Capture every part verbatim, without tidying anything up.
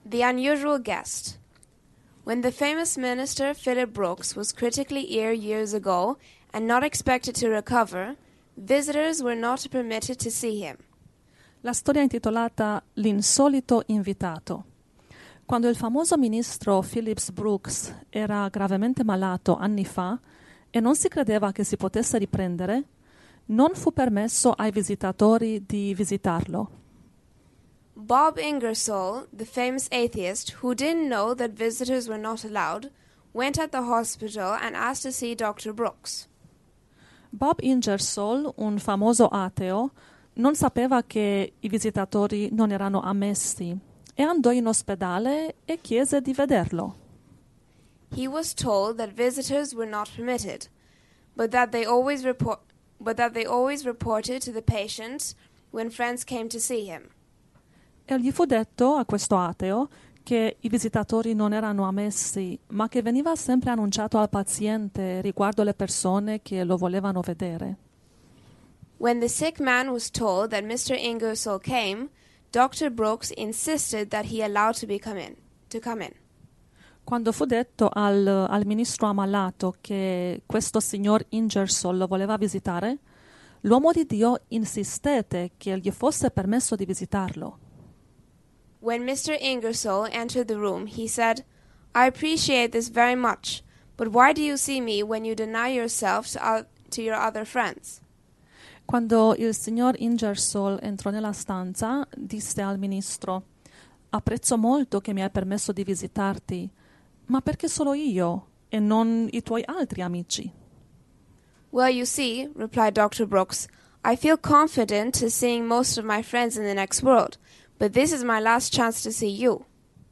The unusual guest. When the famous minister Philip Brooks was critically ill years ago and not expected to recover, visitors were not permitted to see him. La storia è intitolata L'insolito invitato. Quando il famoso ministro Phillips Brooks era gravemente malato anni fa e non si credeva che si potesse riprendere, non fu permesso ai visitatori di visitarlo. Bob Ingersoll, the famous atheist who didn't know that visitors were not allowed, went at the hospital and asked to see doctor Brooks. Bob Ingersoll, un famoso ateo, non sapeva che i visitatori non erano ammessi e andò in ospedale e chiese di vederlo. He was told that visitors were not permitted, but that they always report, but that they always reported to the patient when friends came to see him. E gli fu detto a questo ateo che i visitatori non erano ammessi, ma che veniva sempre annunciato al paziente riguardo le persone che lo volevano vedere. When the sick man was told that mister Ingersoll came, doctor Brooks insisted that he allowed to be come in, to come in. Quando fu detto al, al ministro ammalato che questo signor Ingersoll lo voleva visitare, l'uomo di Dio insistette che gli fosse permesso di visitarlo. When mister Ingersoll entered the room, he said, "I appreciate this very much, but why do you see me when you deny yourself to, uh, to your other friends?" Quando il signor Ingersoll entrò nella stanza, disse al ministro: "Apprezzo molto che mi hai permesso di visitarti, ma perché solo io e non i tuoi altri amici?" "Well, you see," replied doctor Brooks, "I feel confident to seeing most of my friends in the next world, but this is my last chance to see you."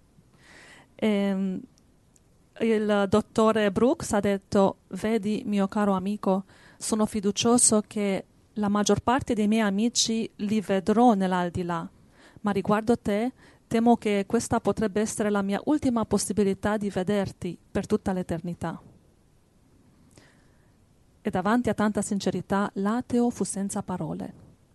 E, il dottore Brooks ha detto: "Vedi, mio caro amico, sono fiducioso che la maggior parte dei miei amici li vedrò nell'aldilà, ma riguardo te temo che questa potrebbe essere la mia ultima possibilità di vederti per tutta l'eternità." E davanti a tanta sincerità l'ateo fu senza parole.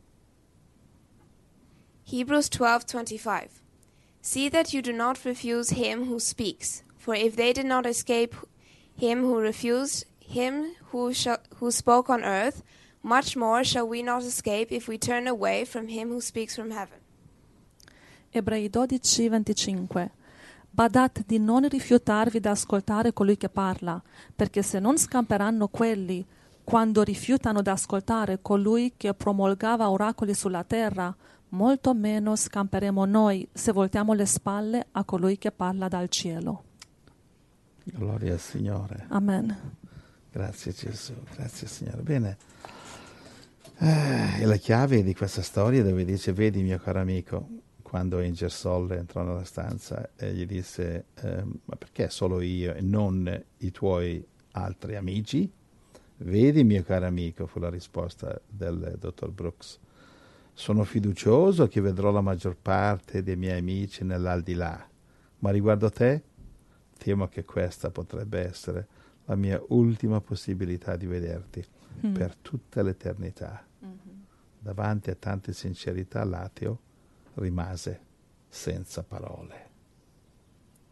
Hebrews twelve twenty-five. See that you do not refuse him who speaks, for if they did not escape him who refused him who, sh- who spoke on earth, much more shall we not escape if we turn away from him who speaks from heaven. Ebrei dodici venticinque. Badate di non rifiutarvi da ascoltare colui che parla, perché se non scamperanno quelli quando rifiutano d'ascoltare colui che promulgava oracoli sulla terra, molto meno scamperemo noi se voltiamo le spalle a colui che parla dal cielo. Gloria al Signore. Amen. Grazie Gesù, grazie Signore. Bene, eh, e la chiave di questa storia dove dice: "Vedi mio caro amico", quando Ingersoll entrò nella stanza e gli disse eh, "ma perché solo io e non i tuoi altri amici?" "Vedi mio caro amico", fu la risposta del dottor Brooks, "sono fiducioso che vedrò la maggior parte dei miei amici nell'aldilà, ma riguardo te temo che questa potrebbe essere la mia ultima possibilità di vederti mm. per tutta l'eternità." Mm-hmm. Davanti a tante sincerità l'ateo rimase senza parole.